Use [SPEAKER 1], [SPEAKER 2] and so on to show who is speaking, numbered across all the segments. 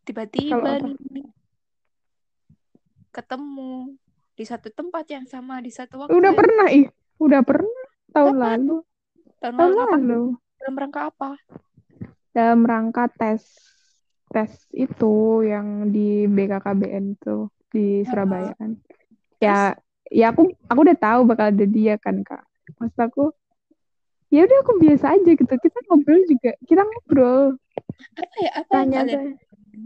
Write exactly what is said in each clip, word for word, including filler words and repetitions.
[SPEAKER 1] Kalau
[SPEAKER 2] Tiba-tiba
[SPEAKER 1] apa?
[SPEAKER 2] nih ketemu di satu tempat yang sama di satu
[SPEAKER 1] Udah
[SPEAKER 2] waktu yang
[SPEAKER 1] pernah ih, udah pernah tahun
[SPEAKER 2] kapan?
[SPEAKER 1] lalu.
[SPEAKER 2] Tahun
[SPEAKER 1] Tahun
[SPEAKER 2] lalu ngapain?
[SPEAKER 1] lalu
[SPEAKER 2] Dalam rangka apa?
[SPEAKER 1] dalam rangka tes tes itu yang di B K K B N tuh di
[SPEAKER 2] Heeh.
[SPEAKER 1] Surabaya kan.
[SPEAKER 2] Terus
[SPEAKER 1] Ya, ya aku aku udah tahu bakal ada dia kan Kak. Maksud aku, ya udah aku biasa aja gitu. Kita ngobrol juga, kita ngobrol,
[SPEAKER 2] apa ya? Apa yang
[SPEAKER 1] tanya
[SPEAKER 2] kalian?
[SPEAKER 1] tanya.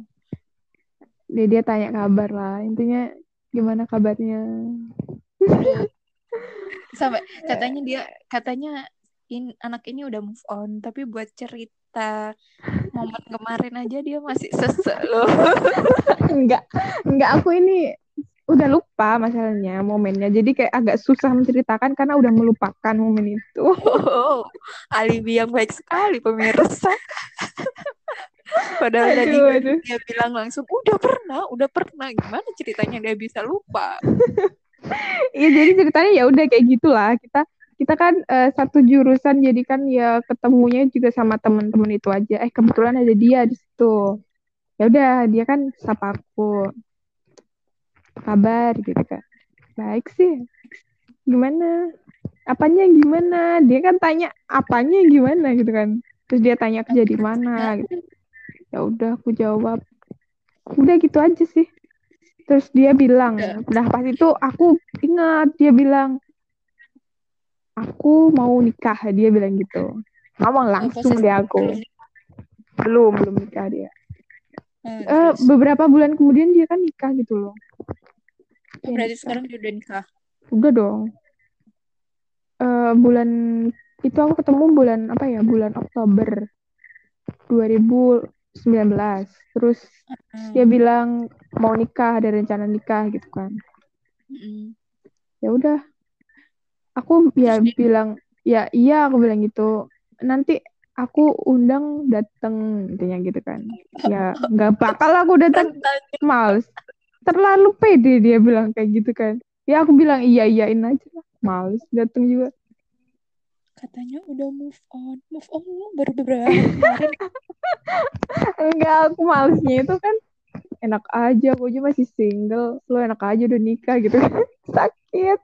[SPEAKER 1] Dia dia tanya kabar lah. Intinya gimana kabarnya?
[SPEAKER 2] Aduh, sampai katanya dia katanya in, anak ini udah move on, tapi buat cerita momen kemarin aja dia masih sesek loh.
[SPEAKER 1] Enggak, enggak aku ini udah lupa masalahnya momennya. Jadi kayak agak susah menceritakan karena udah melupakan momen itu.
[SPEAKER 2] Oh, alibi yang baik sekali pemirsa. Padahal tadi
[SPEAKER 1] Aduh, aduh.
[SPEAKER 2] dia bilang langsung udah pernah, udah pernah. Gimana ceritanya dia bisa lupa?
[SPEAKER 1] Iya, jadi ceritanya ya udah kayak gitulah. Kita kita kan eh, satu jurusan jadi kan ya ketemunya juga sama teman-teman itu aja. Eh kebetulan ada dia di situ. Ya udah, dia kan sapa aku, apa kabar gitu kan. Baik sih. Gimana? Apanya gimana? Dia kan tanya apanya gimana gitu kan. Terus dia tanya kerja di mana gitu. Ya udah aku jawab. Udah gitu aja sih. Terus dia
[SPEAKER 2] Udah.
[SPEAKER 1] bilang, nah pas itu aku ingat dia bilang, aku mau nikah, dia bilang gitu. Ngomong
[SPEAKER 2] Oh,
[SPEAKER 1] langsung
[SPEAKER 2] posesif
[SPEAKER 1] dia aku.
[SPEAKER 2] belum nih.
[SPEAKER 1] Belum, belum nikah dia.
[SPEAKER 2] Oh,
[SPEAKER 1] Eh,
[SPEAKER 2] terus.
[SPEAKER 1] beberapa bulan kemudian dia kan nikah gitu loh.
[SPEAKER 2] Oh,
[SPEAKER 1] Dia
[SPEAKER 2] berarti
[SPEAKER 1] nikah.
[SPEAKER 2] sekarang dia udah nikah.
[SPEAKER 1] Udah dong. Eh, bulan itu aku ketemu bulan apa ya? Bulan Oktober dua ribu sembilan belas. Terus dia
[SPEAKER 2] Hmm.
[SPEAKER 1] bilang mau nikah, ada rencana nikah gitu kan.
[SPEAKER 2] Mm-mm.
[SPEAKER 1] Ya udah, aku ya
[SPEAKER 2] Terus dia
[SPEAKER 1] bilang ya iya, aku bilang gitu. Nanti aku undang dateng intinya gitu kan. Ya nggak bakal aku datang,
[SPEAKER 2] tantang.
[SPEAKER 1] males. Terlalu pede dia bilang kayak gitu kan. Ya aku bilang iya iyain aja lah. Males dateng juga.
[SPEAKER 2] Katanya udah move on. Move on lu baru beberapa hari kemarin.
[SPEAKER 1] Enggak, aku malesnya itu kan enak aja, aku aja masih single, lo enak aja udah nikah gitu kan. Sakit.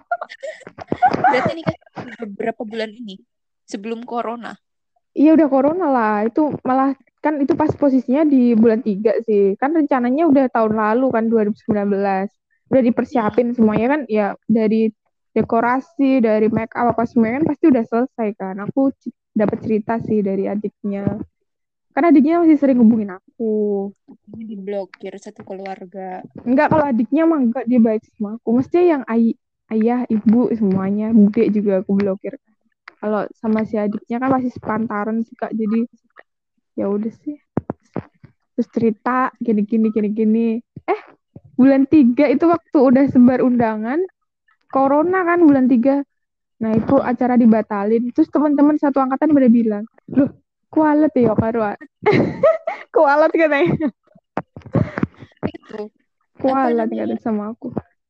[SPEAKER 2] Berarti nikah beberapa bulan ini. Sebelum corona.
[SPEAKER 1] Iya udah corona lah. Itu malah kan itu pas posisinya di bulan tiga sih. Kan rencananya udah tahun lalu kan dua ribu sembilan belas. Udah
[SPEAKER 2] Mm-mm.
[SPEAKER 1] dipersiapin semuanya kan ya dari dekorasi, dari make up apa semuanya kan pasti udah selesai kan. Aku c- dapat cerita sih dari adiknya. Karena adiknya masih sering hubungin aku.
[SPEAKER 2] Ini diblokir satu keluarga.
[SPEAKER 1] Enggak, kalau adiknya mah enggak, dia baik sama aku. Mestinya yang ay- ayah, ibu semuanya, bude juga aku blokir. Kalau sama si adiknya kan masih sepantaran sih Kak. Jadi ya udah sih. Terus cerita gini gini gini gini. Eh, bulan tiga itu waktu udah sebar undangan, corona kan bulan tiga. Nah, itu
[SPEAKER 2] Mm-mm.
[SPEAKER 1] acara dibatalin. Terus teman-teman satu angkatan pada bilang, "Loh, kualet ya karo." Kualet katanya.
[SPEAKER 2] Itu apa
[SPEAKER 1] Kualet
[SPEAKER 2] namanya?
[SPEAKER 1] kata sama aku.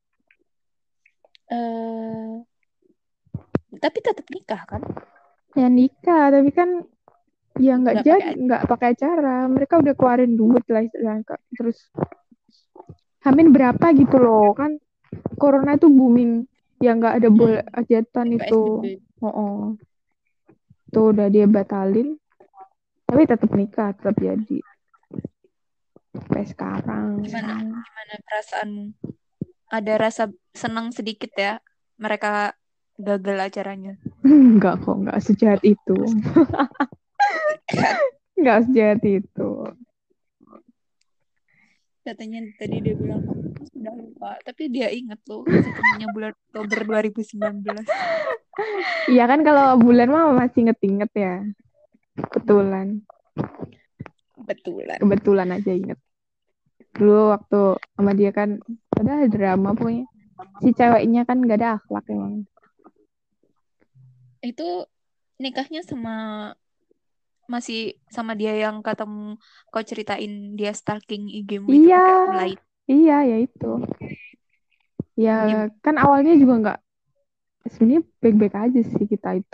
[SPEAKER 2] eh tapi tetap nikah kan?
[SPEAKER 1] Ya nikah, tapi kan ya nggak
[SPEAKER 2] Nggak pakai
[SPEAKER 1] jadi,
[SPEAKER 2] aja.
[SPEAKER 1] nggak pakai acara. Mereka udah keluarin duit lah istilahnya Kak. Terus Hamin berapa gitu loh kan, corona itu booming, ya nggak ada boleh
[SPEAKER 2] Hmm.
[SPEAKER 1] hajatan itu.
[SPEAKER 2] P S B B.
[SPEAKER 1] Oh, oh. Tuh udah dia batalin, tapi tetap nikah, tetap jadi sampai sekarang.
[SPEAKER 2] Gimana gimana perasaanmu? Ada rasa senang sedikit ya mereka gagal acaranya.
[SPEAKER 1] Enggak kok, enggak sejahat itu, enggak sejahat itu.
[SPEAKER 2] Katanya tadi dia bilang aku sudah lupa, tapi dia ingat loh ketemunya bulan Oktober dua ribu sembilan belas.
[SPEAKER 1] Iya kan kalau bulan mah masih inget-inget ya, kebetulan,
[SPEAKER 2] Betulan.
[SPEAKER 1] kebetulan aja inget. Dulu waktu sama dia kan udah drama pokoknya. Si ceweknya kan gak ada akhlak emang.
[SPEAKER 2] Itu nikahnya sama masih sama dia yang katamu kau ceritain dia stalking I G-mu itu
[SPEAKER 1] Iya,
[SPEAKER 2] pakai akun lain.
[SPEAKER 1] iya ya itu. Ya
[SPEAKER 2] Dia
[SPEAKER 1] kan awalnya juga nggak, sebenarnya baik-baik aja sih kita itu.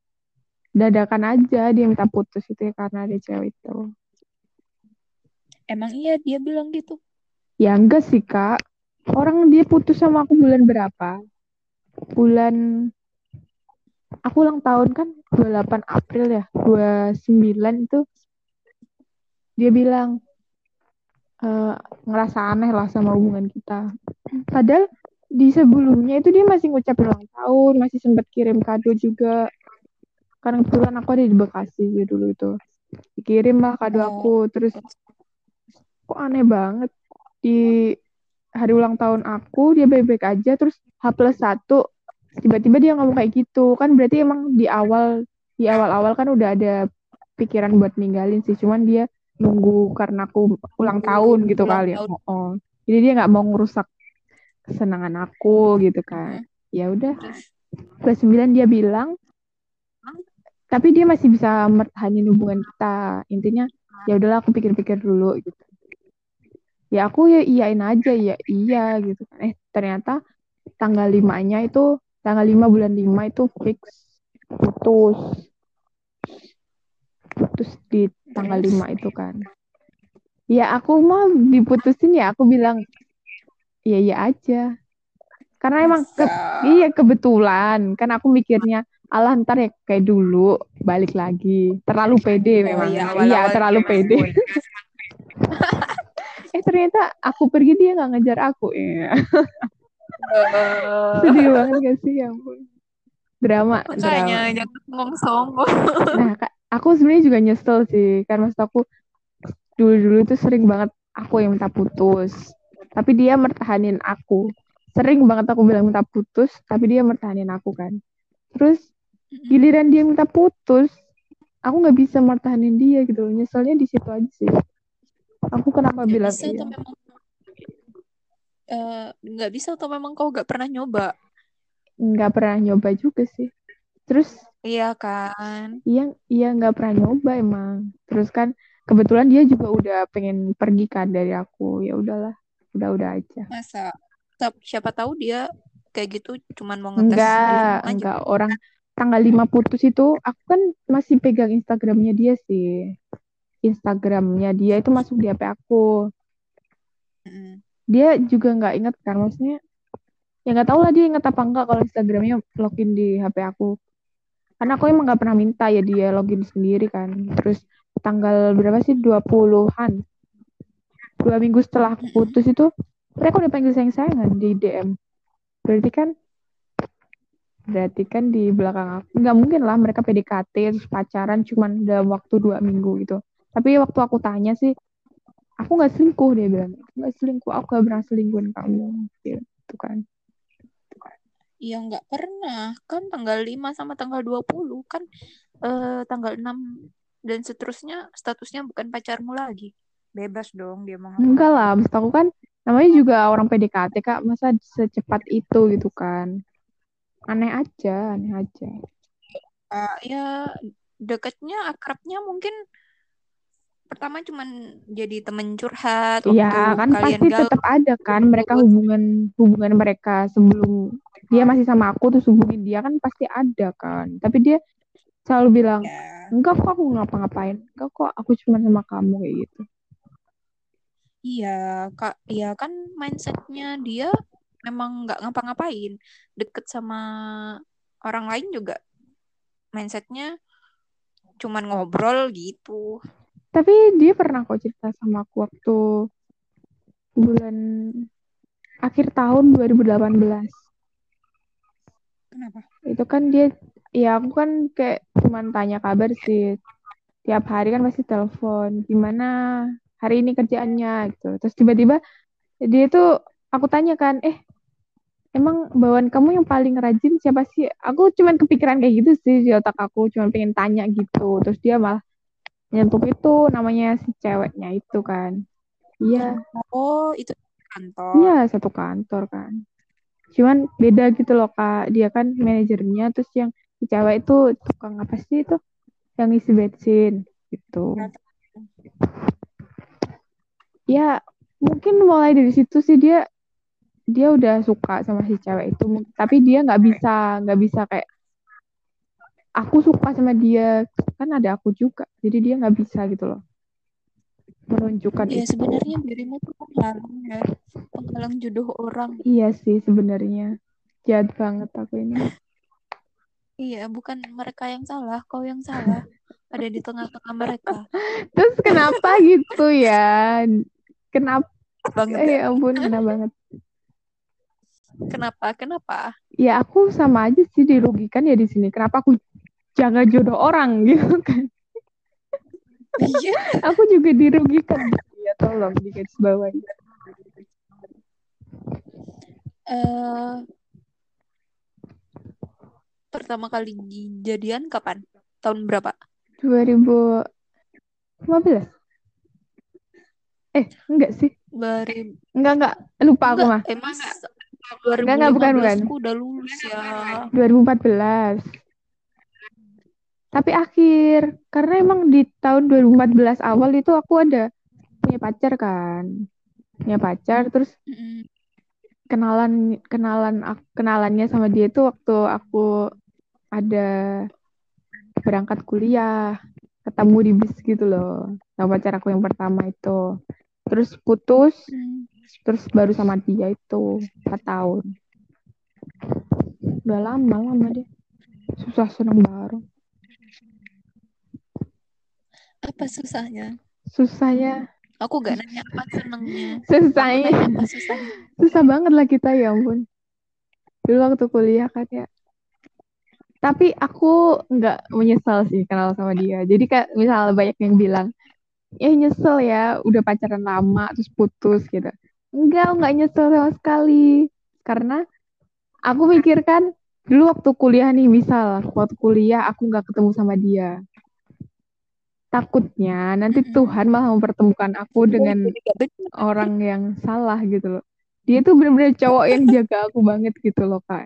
[SPEAKER 1] Dadakan aja dia minta putus itu ya karena ada cewek itu.
[SPEAKER 2] Emang iya dia bilang gitu.
[SPEAKER 1] Ya enggak sih Kak. Orang dia putus sama aku bulan berapa? Bulan aku ulang tahun kan dua puluh delapan April ya. dua puluh sembilan itu dia bilang eh, ngerasa aneh lah sama hubungan kita. Padahal di sebelumnya itu dia masih ngucapin ulang tahun, masih sempat kirim kado juga. Karena kebetulan aku ada di Bekasi ya dulu itu. Dikirim lah kado
[SPEAKER 2] Oh,
[SPEAKER 1] aku. Terus kok aneh banget. Di hari ulang tahun aku, dia baik-baik aja. Terus H plus satu, tiba-tiba dia ngomong kayak gitu. Kan berarti emang di awal, di awal-awal kan udah ada pikiran buat ninggalin sih. Cuman dia nunggu karena aku ulang
[SPEAKER 2] nunggu
[SPEAKER 1] tahun gitu
[SPEAKER 2] ulang
[SPEAKER 1] kali.
[SPEAKER 2] tahun.
[SPEAKER 1] Oh, oh. Jadi dia nggak mau ngerusak kesenangan aku gitu kan.
[SPEAKER 2] Mm-mm.
[SPEAKER 1] Ya udah,
[SPEAKER 2] Terus,
[SPEAKER 1] plus sembilan dia bilang, tapi dia masih bisa mertahanin hubungan kita. Intinya, ya udahlah aku pikir-pikir dulu gitu. Ya aku ya iyain aja, ya iya gitu kan. Eh ternyata tanggal limanya itu, tanggal lima bulan lima itu fix putus. Putus di tanggal
[SPEAKER 2] terus,
[SPEAKER 1] lima itu kan. Ya aku mah diputusin ya aku bilang, iya iya aja. Karena emang ke,
[SPEAKER 2] masa,
[SPEAKER 1] iya kebetulan kan aku mikirnya alah ntar ya kayak dulu balik lagi. Terlalu pede
[SPEAKER 2] oh
[SPEAKER 1] memang.
[SPEAKER 2] iya
[SPEAKER 1] Iya
[SPEAKER 2] awal-awal
[SPEAKER 1] terlalu
[SPEAKER 2] zaman
[SPEAKER 1] pede.
[SPEAKER 2] boy.
[SPEAKER 1] Eh ternyata aku pergi dia nggak ngejar aku. Iya. Sedih
[SPEAKER 2] Eh,
[SPEAKER 1] banget gak sih ya ampun. Drama,
[SPEAKER 2] makanya
[SPEAKER 1] drama.
[SPEAKER 2] jangan songong-songong.
[SPEAKER 1] Nah, Kak, aku sebenarnya juga nyesel sih. Karena maksud aku dulu-dulu itu sering banget aku yang minta putus. Tapi dia mertahanin aku. Sering banget aku bilang minta putus, tapi dia mertahanin aku kan. Terus giliran dia minta putus, aku nggak bisa mertahanin dia gitu. Nyeselnya di situ aja sih. Aku kenapa
[SPEAKER 2] Nggak
[SPEAKER 1] bilang
[SPEAKER 2] bisa
[SPEAKER 1] iya?
[SPEAKER 2] atau memang eh, nggak bisa atau memang kau nggak pernah nyoba?
[SPEAKER 1] Nggak pernah nyoba juga sih. Terus
[SPEAKER 2] Iya kan?
[SPEAKER 1] iya iya nggak pernah nyoba emang. Terus kan kebetulan dia juga udah pengen pergi kan dari aku. Ya udahlah, udah-udah aja.
[SPEAKER 2] Masa Tap- siapa tahu dia kayak gitu cuman mau ngetes
[SPEAKER 1] Enggak,
[SPEAKER 2] dirimu aja.
[SPEAKER 1] enggak orang tanggal lima putus itu aku kan masih pegang Instagramnya dia sih. Instagramnya dia itu masuk di H P aku.
[SPEAKER 2] Mm-mm.
[SPEAKER 1] Dia juga nggak inget kan maksudnya. Ya nggak tahu lah dia inget apa enggak kalau Instagramnya login di H P aku. Karena aku emang nggak pernah minta ya dia login sendiri kan. Terus tanggal berapa sih? dua puluhan-an. Dua minggu setelah aku
[SPEAKER 2] Mm-mm.
[SPEAKER 1] putus itu mereka udah panggil sayang-sayangan di D M. Berarti kan Berarti kan di belakang aku, nggak mungkin lah mereka P D K T terus pacaran cuman dalam waktu dua minggu gitu. Tapi waktu aku tanya sih, aku nggak selingkuh dia bilang, nggak selingkuh, aku gak pernah selingkuhin kamu, gitu kan.
[SPEAKER 2] Iya nggak pernah kan tanggal lima sama tanggal dua puluh kan eh, tanggal enam dan seterusnya statusnya bukan pacarmu lagi. Bebas dong dia mau
[SPEAKER 1] Enggak
[SPEAKER 2] ngapa-ngapain.
[SPEAKER 1] lah, maksud aku kan namanya juga orang P D K T kak, masa secepat itu gitu kan. Aneh aja, aneh aja.
[SPEAKER 2] Ah, ya deketnya akrabnya mungkin pertama cuman jadi temen curhat
[SPEAKER 1] Iya
[SPEAKER 2] waktu
[SPEAKER 1] kan
[SPEAKER 2] kalian
[SPEAKER 1] pasti
[SPEAKER 2] galau.
[SPEAKER 1] tetap ada kan mereka hubungan hubungan mereka sebelum dia masih sama aku terus hubungin dia kan pasti ada kan. Tapi dia selalu bilang
[SPEAKER 2] Ya,
[SPEAKER 1] enggak kok aku ngapa-ngapain enggak kok aku cuma sama kamu kayak gitu.
[SPEAKER 2] iya kak, iya kan mindsetnya dia memang nggak ngapa-ngapain, deket sama orang lain juga mindsetnya cuman ngobrol gitu.
[SPEAKER 1] Tapi dia pernah kok cerita sama aku waktu bulan akhir tahun dua ribu delapan belas.
[SPEAKER 2] Kenapa?
[SPEAKER 1] Itu kan dia ya aku kan kayak cuman tanya kabar sih tiap hari kan pasti telepon gimana hari ini kerjaannya gitu terus tiba-tiba dia tuh aku tanya kan eh emang bawaan kamu yang paling rajin siapa sih aku cuman kepikiran kayak gitu sih di otak aku cuman pengen tanya gitu terus dia malah nyentuh itu namanya si ceweknya itu kan. Iya,
[SPEAKER 2] Oh, itu
[SPEAKER 1] iya
[SPEAKER 2] kantor.
[SPEAKER 1] satu kantor kan. Cuman beda gitu loh Kak. Dia kan manajernya terus yang si cewek itu tukang apa sih itu yang isi bensin gitu. Ya mungkin mulai dari situ sih dia dia udah suka sama si cewek itu. Tapi dia nggak bisa nggak bisa kayak aku suka sama dia kan ada aku juga. Jadi dia nggak bisa gitu loh. menunjukkan
[SPEAKER 2] Ya
[SPEAKER 1] itu.
[SPEAKER 2] sebenarnya dirimu tuh penghalang ya, penghalang jodoh orang.
[SPEAKER 1] Iya sih sebenarnya. Jahat banget aku ini.
[SPEAKER 2] Iya, bukan mereka yang salah, kau yang salah. Ada di tengah-tengah mereka.
[SPEAKER 1] Terus kenapa gitu ya? Kenapa?
[SPEAKER 2] Banget
[SPEAKER 1] Eh,
[SPEAKER 2] ya.
[SPEAKER 1] ya ampun, kena banget.
[SPEAKER 2] Kenapa? Kenapa?
[SPEAKER 1] Ya aku sama aja sih dirugikan ya di sini. Kenapa aku jaga jodoh orang gitu kan?
[SPEAKER 2] Iya.
[SPEAKER 1] Aku juga dirugikan. Ya tolong di garis bawah.
[SPEAKER 2] Eh, pertama kali jadian kapan? Tahun berapa?
[SPEAKER 1] dua ribu lima belas. Eh, enggak sih.
[SPEAKER 2] Bari...
[SPEAKER 1] Enggak, enggak. Lupa aku
[SPEAKER 2] Enggak,
[SPEAKER 1] mah.
[SPEAKER 2] emang
[SPEAKER 1] Enggak, enggak, bukan, bukan.
[SPEAKER 2] dua ribu lima belas ku udah lulus ya.
[SPEAKER 1] dua ribu empat belas. Tapi akhir. Karena emang di tahun dua ribu empat belas awal itu aku ada punya pacar kan. Punya pacar, terus
[SPEAKER 2] Mm-mm.
[SPEAKER 1] kenalan kenalan ak- kenalannya sama dia itu waktu aku ada berangkat kuliah, ketemu di bis gitu loh, sama pacar aku yang pertama itu. Terus putus,
[SPEAKER 2] Mm.
[SPEAKER 1] terus baru sama dia itu empat tahun. Udah lama lama deh. Susah seneng baru.
[SPEAKER 2] Apa susahnya?
[SPEAKER 1] Susahnya,
[SPEAKER 2] Aku gak nanya apa senengnya. Aku
[SPEAKER 1] susahnya,
[SPEAKER 2] nanya apa susahnya.
[SPEAKER 1] susah banget lah kita ya ampun. Dulu waktu kuliah kan ya. Tapi aku nggak menyesal sih kenal sama dia. Jadi kayak misal banyak yang bilang, ya nyesel ya udah pacaran lama terus putus gitu. Enggak, enggak nyesel sama sekali. Karena aku mikirkan dulu waktu kuliah nih, misal waktu kuliah aku nggak ketemu sama dia. Takutnya nanti
[SPEAKER 2] Mm-mm.
[SPEAKER 1] Tuhan malah mempertemukan aku
[SPEAKER 2] Oh,
[SPEAKER 1] dengan
[SPEAKER 2] jadi gak benar.
[SPEAKER 1] orang yang salah gitu loh. Dia tuh bener-bener cowok yang jaga aku banget gitu loh, Kak.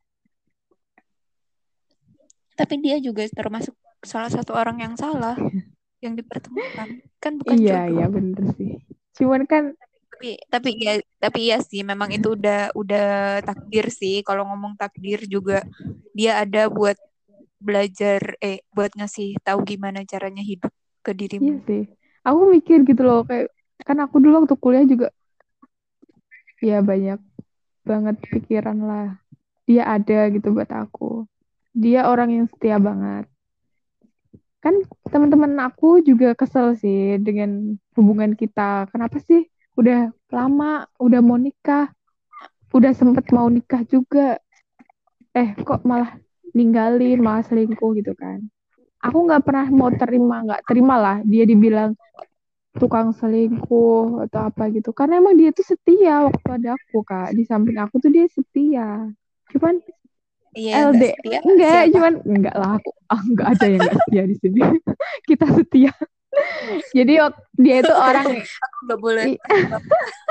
[SPEAKER 2] Tapi dia juga termasuk salah satu orang yang salah yang dipertemukan. Kan bukan
[SPEAKER 1] Iya,
[SPEAKER 2] jodoh.
[SPEAKER 1] iya bener sih. Cuman kan,
[SPEAKER 2] Tapi tapi ya tapi iya sih memang itu udah udah takdir sih. Kalau ngomong takdir juga dia ada buat belajar eh buat ngasih tahu gimana caranya hidup ke
[SPEAKER 1] iya
[SPEAKER 2] dirimu.
[SPEAKER 1] sih. Aku mikir gitu loh, kayak kan aku dulu waktu kuliah juga ya banyak banget pikiran lah. Dia ada gitu buat aku. Dia orang yang setia banget. Kan teman-teman aku juga kesel sih dengan hubungan kita. Kenapa sih udah lama, udah mau nikah, udah sempet mau nikah juga. Eh kok malah ninggalin, malah selingkuh gitu kan. Aku nggak pernah mau terima, nggak terima lah dia dibilang tukang selingkuh atau apa gitu. Karena emang dia tuh setia waktu ada aku, Kak. Di samping aku tuh dia setia. Cuman
[SPEAKER 2] Iya yang nggak
[SPEAKER 1] L D
[SPEAKER 2] setia
[SPEAKER 1] enggak,
[SPEAKER 2] siapa?
[SPEAKER 1] cuman enggak lah aku ah, enggak ada yang enggak setia di sini. Kita setia. Jadi wak- dia itu orang
[SPEAKER 2] Aku nggak boleh
[SPEAKER 1] i-
[SPEAKER 2] terima.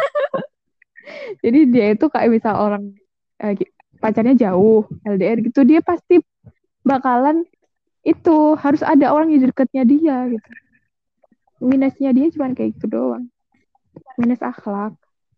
[SPEAKER 1] jadi dia itu kayak misal orang eh, gi- pacarnya jauh L D R gitu, dia pasti bakalan itu harus ada orang di dekatnya dia gitu. Minusnya dia cuman kayak gitu doang. Minus akhlak.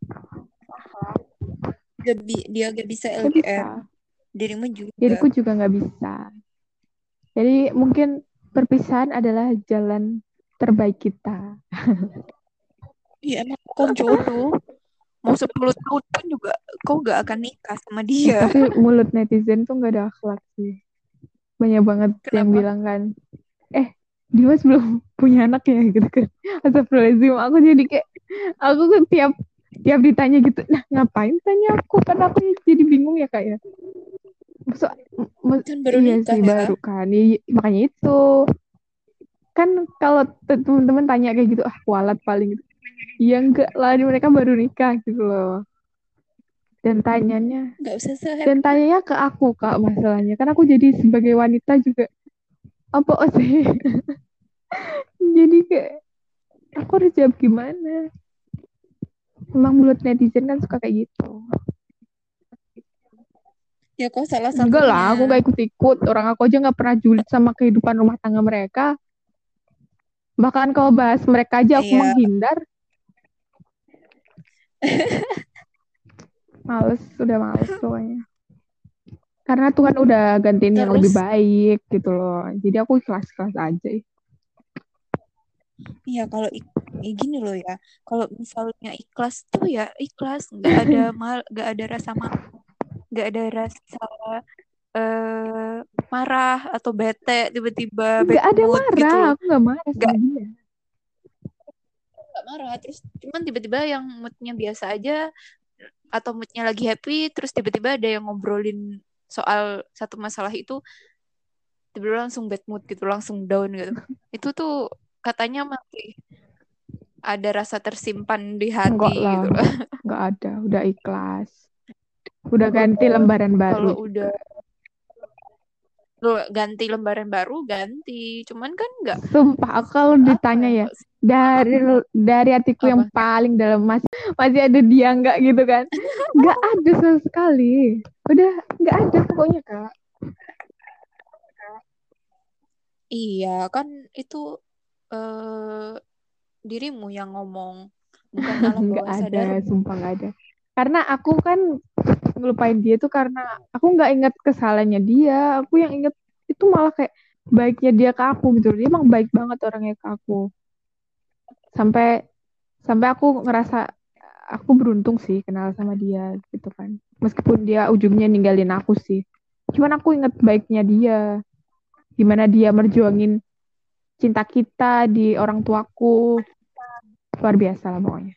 [SPEAKER 2] Gak bi- dia gak bisa
[SPEAKER 1] Gak
[SPEAKER 2] L D R.
[SPEAKER 1] bisa.
[SPEAKER 2] Dirimu juga.
[SPEAKER 1] Diriku juga nggak bisa. Jadi mungkin perpisahan adalah jalan terbaik kita.
[SPEAKER 2] Iya emang bukan jodoh. Mau sepuluh tahun pun juga kau gak akan nikah sama
[SPEAKER 1] Eh,
[SPEAKER 2] dia.
[SPEAKER 1] tapi mulut netizen tuh nggak ada akhlak sih. Banyak banget yang
[SPEAKER 2] Kenapa?
[SPEAKER 1] bilang kan, eh Dimas belum punya anak ya gitu kan. Astagfirullahaladzim, aku jadi kayak, aku kan tiap tiap ditanya gitu, nah ngapain tanya aku, kan aku jadi bingung ya kak ya. Maksud, mus-
[SPEAKER 2] Kan baru
[SPEAKER 1] iya
[SPEAKER 2] nikah
[SPEAKER 1] sih
[SPEAKER 2] ya.
[SPEAKER 1] baru kan, I- makanya itu kan kalau te- teman-teman tanya kayak gitu, ah kualat paling gitu. Ya enggak lah, mereka baru nikah gitu loh. Dan tanyanya,
[SPEAKER 2] Gak usah
[SPEAKER 1] dan
[SPEAKER 2] se-happy.
[SPEAKER 1] tanyanya ke aku kak masalahnya. Kan aku jadi sebagai wanita juga, apa sih? Jadi kayak, aku harus jawab gimana? Emang mulut netizen kan suka kayak gitu.
[SPEAKER 2] Ya kau salah
[SPEAKER 1] Enggak lah,
[SPEAKER 2] satunya.
[SPEAKER 1] aku gak ikut-ikut. Orang aku aja gak pernah julid sama kehidupan rumah tangga mereka. Bahkan kalau bahas mereka aja aku
[SPEAKER 2] Iya.
[SPEAKER 1] menghindar. Males, udah males pokoknya. Karena Tuhan udah gantiin yang lebih
[SPEAKER 2] Terus,
[SPEAKER 1] baik gitu loh. Jadi aku ikhlas-ikhlas aja.
[SPEAKER 2] iya kalau Ya gini loh ya, kalau misalnya ikhlas tuh ya ikhlas, nggak ada mal, nggak ada rasa mal, nggak ada rasa eh, marah atau bete tiba-tiba bad
[SPEAKER 1] Nggak ada
[SPEAKER 2] mood gitu
[SPEAKER 1] marah,
[SPEAKER 2] loh,
[SPEAKER 1] aku nggak marah
[SPEAKER 2] nggak
[SPEAKER 1] sama dia.
[SPEAKER 2] nggak marah, terus cuman tiba-tiba yang moodnya biasa aja atau moodnya lagi happy, terus tiba-tiba ada yang ngobrolin soal satu masalah itu, tiba-tiba langsung bad mood gitu, langsung down gitu. Itu tuh katanya masih ada rasa tersimpan di
[SPEAKER 1] Enggak
[SPEAKER 2] hati
[SPEAKER 1] lah,
[SPEAKER 2] gitu loh.
[SPEAKER 1] enggak, enggak ada, udah ikhlas. Udah ganti lembaran baru
[SPEAKER 2] Kalau
[SPEAKER 1] juga.
[SPEAKER 2] udah lo ganti lembaran baru ganti, cuman kan nggak
[SPEAKER 1] Sumpah, aku kalau
[SPEAKER 2] apa
[SPEAKER 1] ditanya
[SPEAKER 2] ya,
[SPEAKER 1] ya,
[SPEAKER 2] nggak
[SPEAKER 1] dari dari hatiku yang
[SPEAKER 2] apa.
[SPEAKER 1] paling dalam masih masih ada dia nggak gitu kan? Nggak ada sama sekali. Udah nggak ada pokoknya Kak.
[SPEAKER 2] Iya kan itu eh, dirimu yang ngomong, bukan alam
[SPEAKER 1] Nggak
[SPEAKER 2] bawah
[SPEAKER 1] ada,
[SPEAKER 2] sadarmu.
[SPEAKER 1] sumpah nggak ada. Karena aku kan ngelupain dia tuh karena aku nggak inget kesalahannya dia. Aku yang inget itu malah kayak baiknya dia ke aku gitu. Dia emang baik banget orangnya ke aku. Sampai sampai aku ngerasa aku beruntung sih kenal sama dia gitu kan. Meskipun dia ujungnya ninggalin aku sih. Cuman aku inget baiknya dia. Gimana dia merjuangin cinta kita di orang tuaku. Luar biasa lah pokoknya.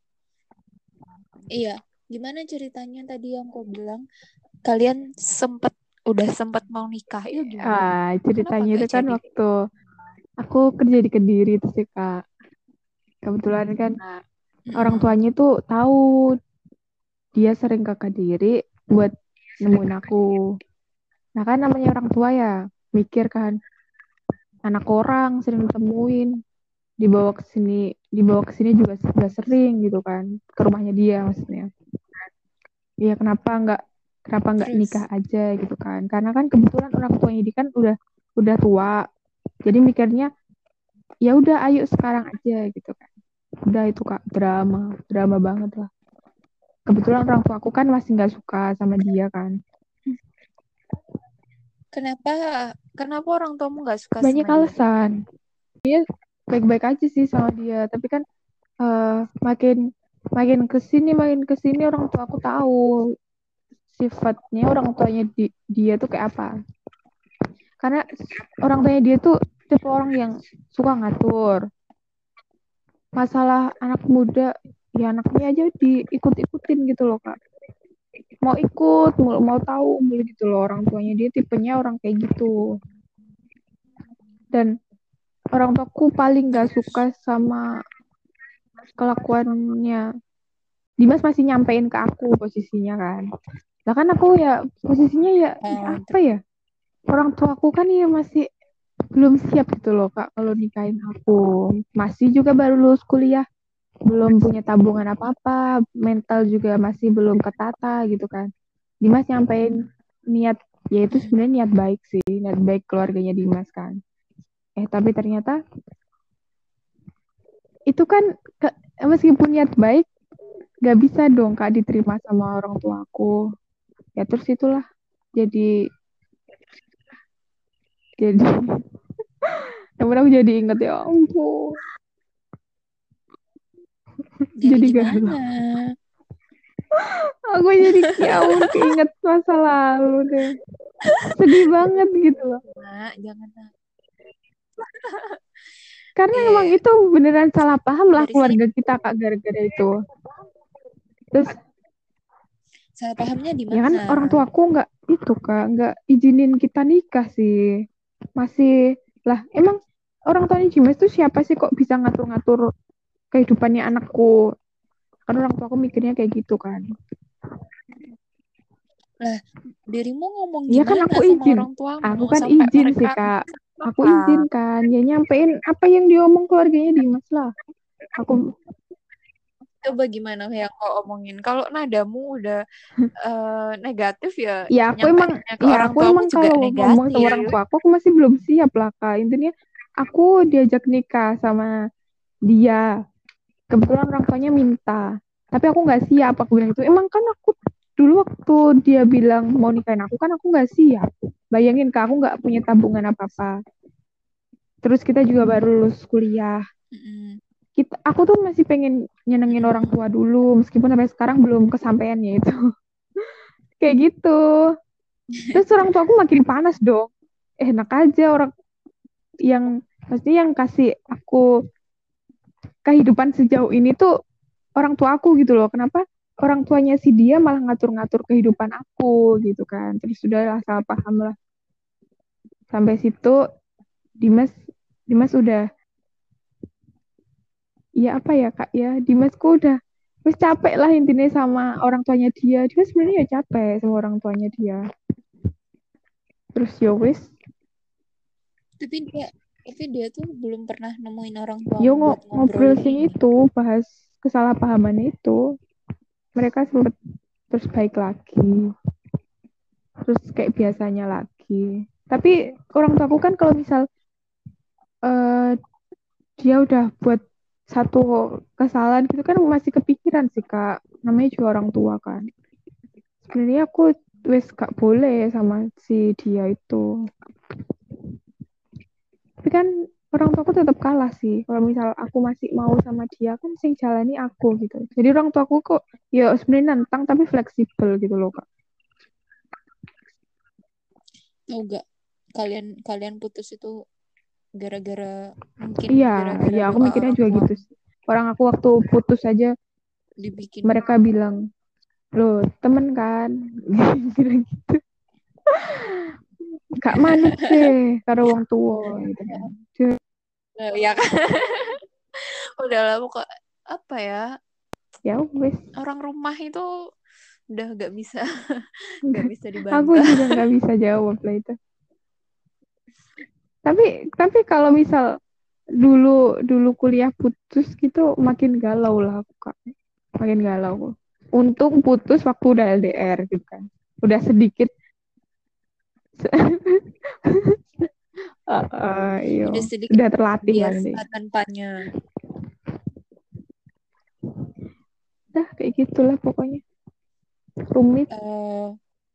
[SPEAKER 2] Iya, gimana ceritanya tadi yang kau bilang kalian sempet udah sempet mau nikah itu gimana?
[SPEAKER 1] Ah,
[SPEAKER 2] Kenapa
[SPEAKER 1] ceritanya
[SPEAKER 2] nggak
[SPEAKER 1] itu kan
[SPEAKER 2] jadi?
[SPEAKER 1] waktu aku kerja di Kediri tuh sih Kak. Kebetulan kan orang
[SPEAKER 2] Mm-mm.
[SPEAKER 1] tuanya tuh tahu dia sering ke Kediri buat nemuin aku. Nah kan namanya orang tua ya, mikir kan anak orang sering ditemuin, dibawa ke sini, dibawa ke sini juga juga sering gitu kan, ke rumahnya dia maksudnya. Iya kenapa nggak kenapa nggak nikah
[SPEAKER 2] Terus,
[SPEAKER 1] aja gitu kan? Karena kan kebetulan orang tuanya dia kan udah udah tua, jadi mikirnya ya udah ayo sekarang aja gitu kan. Udah itu Kak drama, drama banget lah. Kebetulan orang tua aku kan masih nggak suka sama dia kan.
[SPEAKER 2] kenapa kenapa orang tuamu nggak suka
[SPEAKER 1] Banyak
[SPEAKER 2] sama dia?
[SPEAKER 1] alasan. Baik-baik aja sih sama dia, tapi kan eh, makin makin kesini makin kesini orang tua aku tahu sifatnya orang tuanya di, dia tuh kayak apa. Karena orang tuanya dia tuh tipe orang yang suka ngatur. Masalah anak muda, ya anaknya aja diikut-ikutin gitu loh Kak. Mau ikut, mau, mau tahu, mulu gitu loh orang tuanya dia tipenya orang kayak gitu. Dan orang tuaku paling gak suka sama kelakuannya. Dimas masih nyampein ke aku posisinya kan. Nah kan aku ya posisinya ya, ya
[SPEAKER 2] Oh,
[SPEAKER 1] apa ya? Orang tua aku kan ya masih belum siap gitu loh Kak kalau nikahin aku. Masih juga baru lulus kuliah, belum punya tabungan apa-apa, mental juga masih belum ketata gitu kan. Dimas nyampein niat, ya itu
[SPEAKER 2] mm-mm.
[SPEAKER 1] sebenarnya niat baik sih, niat baik keluarganya Dimas kan. Eh tapi ternyata itu kan ke- meskipun niat baik, gak bisa dong Kak diterima sama orang tua aku. Ya terus itulah jadi jadi namun aku jadi inget ya ampun,
[SPEAKER 2] Jadi
[SPEAKER 1] jadi
[SPEAKER 2] gimana?
[SPEAKER 1] galau. Aku jadi ya ampun keinget masa lalu deh. Sedih banget gitu loh.
[SPEAKER 2] Nak, jangan nak.
[SPEAKER 1] Karena emang
[SPEAKER 2] Eh,
[SPEAKER 1] itu beneran salah paham lah
[SPEAKER 2] dari sini
[SPEAKER 1] keluarga kita Kak gara-gara itu. Terus
[SPEAKER 2] salah pahamnya di
[SPEAKER 1] ya kan
[SPEAKER 2] mana?
[SPEAKER 1] orang tua aku nggak itu Kak, nggak izinin kita nikah sih. Masih lah emang orang tuanya Jimas tuh siapa sih kok bisa ngatur-ngatur kehidupannya anakku? Kan orang tua aku mikirnya kayak gitu kan.
[SPEAKER 2] Lah, dirimu ngomong
[SPEAKER 1] Iya kan
[SPEAKER 2] gimana
[SPEAKER 1] aku
[SPEAKER 2] sama
[SPEAKER 1] izin.
[SPEAKER 2] orang tuamu
[SPEAKER 1] Aku kan
[SPEAKER 2] sampai
[SPEAKER 1] izin sih
[SPEAKER 2] mereka
[SPEAKER 1] Kak. Aku
[SPEAKER 2] apa?
[SPEAKER 1] izin kan. Ya nyampein apa yang diomong keluarganya Dimas lah. Aku
[SPEAKER 2] Coba gimana yang kau omongin? Kalau nadamu udah eh, negatif ya,
[SPEAKER 1] ya aku emang
[SPEAKER 2] nyampainya ke
[SPEAKER 1] ya
[SPEAKER 2] orang
[SPEAKER 1] aku
[SPEAKER 2] tuamu
[SPEAKER 1] emang
[SPEAKER 2] juga
[SPEAKER 1] kalau ngomong sama orang
[SPEAKER 2] negatif.
[SPEAKER 1] tua aku aku masih belum siap lah Kak. Intinya aku diajak nikah sama dia. Kebetulan orang tuanya minta. Tapi aku nggak siap. Aku bilang itu. Emang kan aku dulu waktu dia bilang mau nikahin aku kan aku nggak siap. Bayangin Kak, aku nggak punya tabungan apa-apa. Terus kita juga baru lulus kuliah.
[SPEAKER 2] Mm-mm.
[SPEAKER 1] kita aku tuh masih pengen nyenengin orang
[SPEAKER 2] Mm-mm.
[SPEAKER 1] tua dulu meskipun sampai sekarang belum kesampaiannya itu. Kayak gitu. Terus orang tua aku makin panas dong. Eh, enak aja orang yang pasti yang kasih aku kehidupan sejauh ini tuh orang tua aku gitu loh. Kenapa orang tuanya si dia malah ngatur-ngatur kehidupan aku gitu kan. Terus sudahlah salah paham lah. Sampai situ Dimas Dimas udah ya apa ya Kak ya. Dimasku udah wis capek lah intinya sama orang tuanya dia. Dia sebenarnya ya capek sama orang tuanya dia. Terus ya wis
[SPEAKER 2] Tapi dia tapi dia tuh belum pernah nemuin orang
[SPEAKER 1] yo
[SPEAKER 2] tuamu buat
[SPEAKER 1] ng- ngobrol
[SPEAKER 2] ngobrolin
[SPEAKER 1] sing
[SPEAKER 2] ini.
[SPEAKER 1] itu bahas kesalahpahaman itu. Mereka sempet terus baik lagi. Terus kayak biasanya lagi. Tapi orang tuaku kan kalau misal eh, dia udah buat satu kesalahan gitu kan masih kepikiran sih Kak. Namanya juga orang tua kan. Sebenarnya aku wes gak boleh sama si dia itu. Tapi kan orang tuaku tetap kalah sih. Kalau misal aku masih mau sama dia kan sing jalani aku gitu. Jadi orang tuaku kok ya sebenarnya nantang tapi fleksibel gitu loh Kak.
[SPEAKER 2] Tahu gak kalian kalian putus itu gara-gara
[SPEAKER 1] Iya,
[SPEAKER 2] mungkin
[SPEAKER 1] iya
[SPEAKER 2] gara-gara
[SPEAKER 1] aku
[SPEAKER 2] doa
[SPEAKER 1] mikirnya
[SPEAKER 2] orang
[SPEAKER 1] juga
[SPEAKER 2] tua
[SPEAKER 1] gitu sih. Orang aku waktu putus aja
[SPEAKER 2] dibikin.
[SPEAKER 1] mereka bilang, "Loh, temen kan?" Bilang gitu. Gak manut sih karo wong tua gitu kan.
[SPEAKER 2] Nah, ya kan udah lama kok apa ya
[SPEAKER 1] Ya wes,
[SPEAKER 2] orang rumah itu udah gak bisa gak bisa
[SPEAKER 1] aku
[SPEAKER 2] dibantah.
[SPEAKER 1] juga nggak bisa jawab lah itu. Tapi tapi kalau misal dulu dulu kuliah putus gitu makin galau lah aku Kak. Makin galau. Untung putus waktu udah L D R gitu kan. Udah sedikit uh, uh, iyo,
[SPEAKER 2] Udah sedikit
[SPEAKER 1] udah terlatih lah nanti.
[SPEAKER 2] biasa tanpanya.
[SPEAKER 1] Dah kayak gitulah pokoknya. Rumit,
[SPEAKER 2] Eh,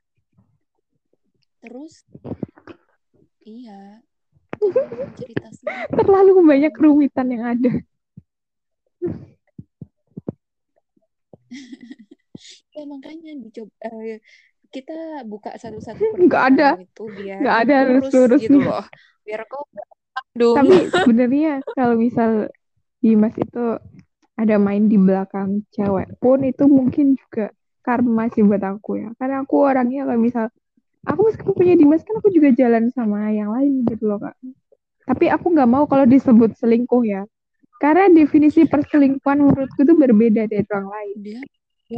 [SPEAKER 2] terus iya kalau ngomongin cerita selingkuh
[SPEAKER 1] terlalu banyak
[SPEAKER 2] emang
[SPEAKER 1] kerumitan yang ada.
[SPEAKER 2] ya makanya dicoba eh, kita buka satu-satu
[SPEAKER 1] Nggak ada,
[SPEAKER 2] permasalahan itu biar
[SPEAKER 1] nggak ada
[SPEAKER 2] lurus gitu
[SPEAKER 1] lurus-lurusnya.
[SPEAKER 2] loh, biar kau nggak bandung.
[SPEAKER 1] Tapi sebenarnya kalau misal Dimas itu ada main di belakang cewek pun itu mungkin juga karma sih buat aku ya. Karena aku orangnya kalau misal aku meskipun punya Dimas kan aku juga jalan sama yang lain gitu loh Kak. Tapi aku nggak mau kalau disebut selingkuh ya. Karena definisi perselingkuhan menurutku itu berbeda dari orang lain.
[SPEAKER 2] Dia, dia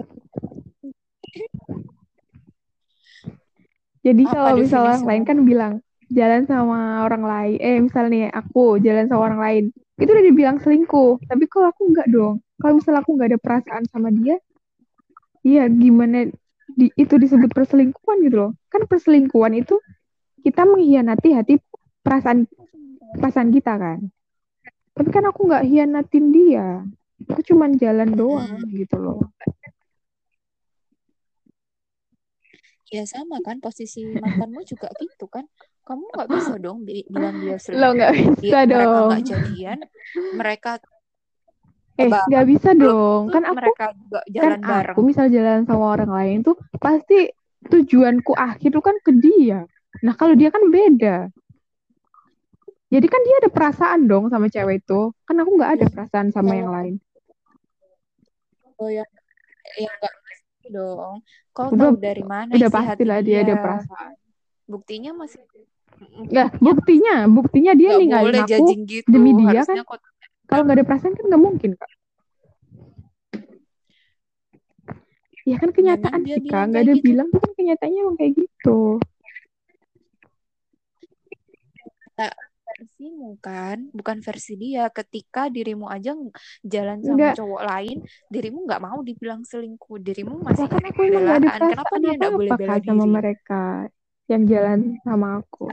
[SPEAKER 1] Jadi
[SPEAKER 2] apa
[SPEAKER 1] kalau misalnya orang lain
[SPEAKER 2] definisimu?
[SPEAKER 1] kan bilang jalan sama orang lain, eh misalnya nih aku jalan sama orang lain, itu udah dibilang selingkuh. Tapi kalau aku nggak dong. Kalau misalnya aku nggak ada perasaan sama dia, iya gimana di, itu disebut perselingkuhan gitu loh. Kan perselingkuhan itu kita mengkhianati hati perasaan pasangan kita kan. Tapi kan aku nggak hianatin dia. Aku cuman jalan doang
[SPEAKER 2] Mm-mm.
[SPEAKER 1] gitu loh.
[SPEAKER 2] Ya sama kan posisi mantanmu juga gitu kan, kamu nggak bisa dong bi- bilang dia
[SPEAKER 1] Lo nggak
[SPEAKER 2] selingkuh, dia
[SPEAKER 1] bisa
[SPEAKER 2] mereka
[SPEAKER 1] dong.
[SPEAKER 2] nggak jadian, mereka
[SPEAKER 1] Eh, nggak
[SPEAKER 2] bareng,
[SPEAKER 1] bisa
[SPEAKER 2] belum
[SPEAKER 1] dong.
[SPEAKER 2] tentu
[SPEAKER 1] Kan aku
[SPEAKER 2] mereka juga
[SPEAKER 1] kan
[SPEAKER 2] jalan
[SPEAKER 1] aku
[SPEAKER 2] bareng.
[SPEAKER 1] misal jalan sama orang lain tuh pasti tujuanku akhir tuh kan ke dia. Nah, kalau dia kan beda. Jadi kan dia ada perasaan dong sama cewek itu. Kan aku nggak ada
[SPEAKER 2] Ya
[SPEAKER 1] perasaan sama
[SPEAKER 2] kalau
[SPEAKER 1] yang lain.
[SPEAKER 2] kalau yang yang nggak pasti dong, kau
[SPEAKER 1] Udah
[SPEAKER 2] tahu dari mana
[SPEAKER 1] udah
[SPEAKER 2] isi hati
[SPEAKER 1] pastilah dia
[SPEAKER 2] dia,
[SPEAKER 1] ada perasaan.
[SPEAKER 2] buktinya masih
[SPEAKER 1] Nggak,
[SPEAKER 2] buktinya
[SPEAKER 1] buktinya, buktinya dia
[SPEAKER 2] nggak
[SPEAKER 1] ninggalin
[SPEAKER 2] boleh
[SPEAKER 1] aku
[SPEAKER 2] judging gitu,
[SPEAKER 1] demi dia kan.
[SPEAKER 2] harusnya kau
[SPEAKER 1] Kalau nggak ada perasaan kan nggak mungkin, Kak. Ya kan
[SPEAKER 2] memang
[SPEAKER 1] kenyataan
[SPEAKER 2] dia
[SPEAKER 1] sih, Kak.
[SPEAKER 2] bilang
[SPEAKER 1] Nggak
[SPEAKER 2] kayak
[SPEAKER 1] ada
[SPEAKER 2] gitu.
[SPEAKER 1] bilang tuh kan kenyataannya emang kayak gitu.
[SPEAKER 2] Tak versimu kan, bukan versi dia. Ketika dirimu aja ng- jalan sama
[SPEAKER 1] Nggak,
[SPEAKER 2] cowok lain, dirimu nggak mau dibilang selingkuh, dirimu
[SPEAKER 1] ya
[SPEAKER 2] masih
[SPEAKER 1] kan
[SPEAKER 2] nyari
[SPEAKER 1] aku emang nggak ada
[SPEAKER 2] pembelaan. Kenapa
[SPEAKER 1] perasaan
[SPEAKER 2] dia nggak boleh
[SPEAKER 1] apa-apa,
[SPEAKER 2] bela
[SPEAKER 1] Kak, sama
[SPEAKER 2] diri?
[SPEAKER 1] mereka yang jalan sama aku.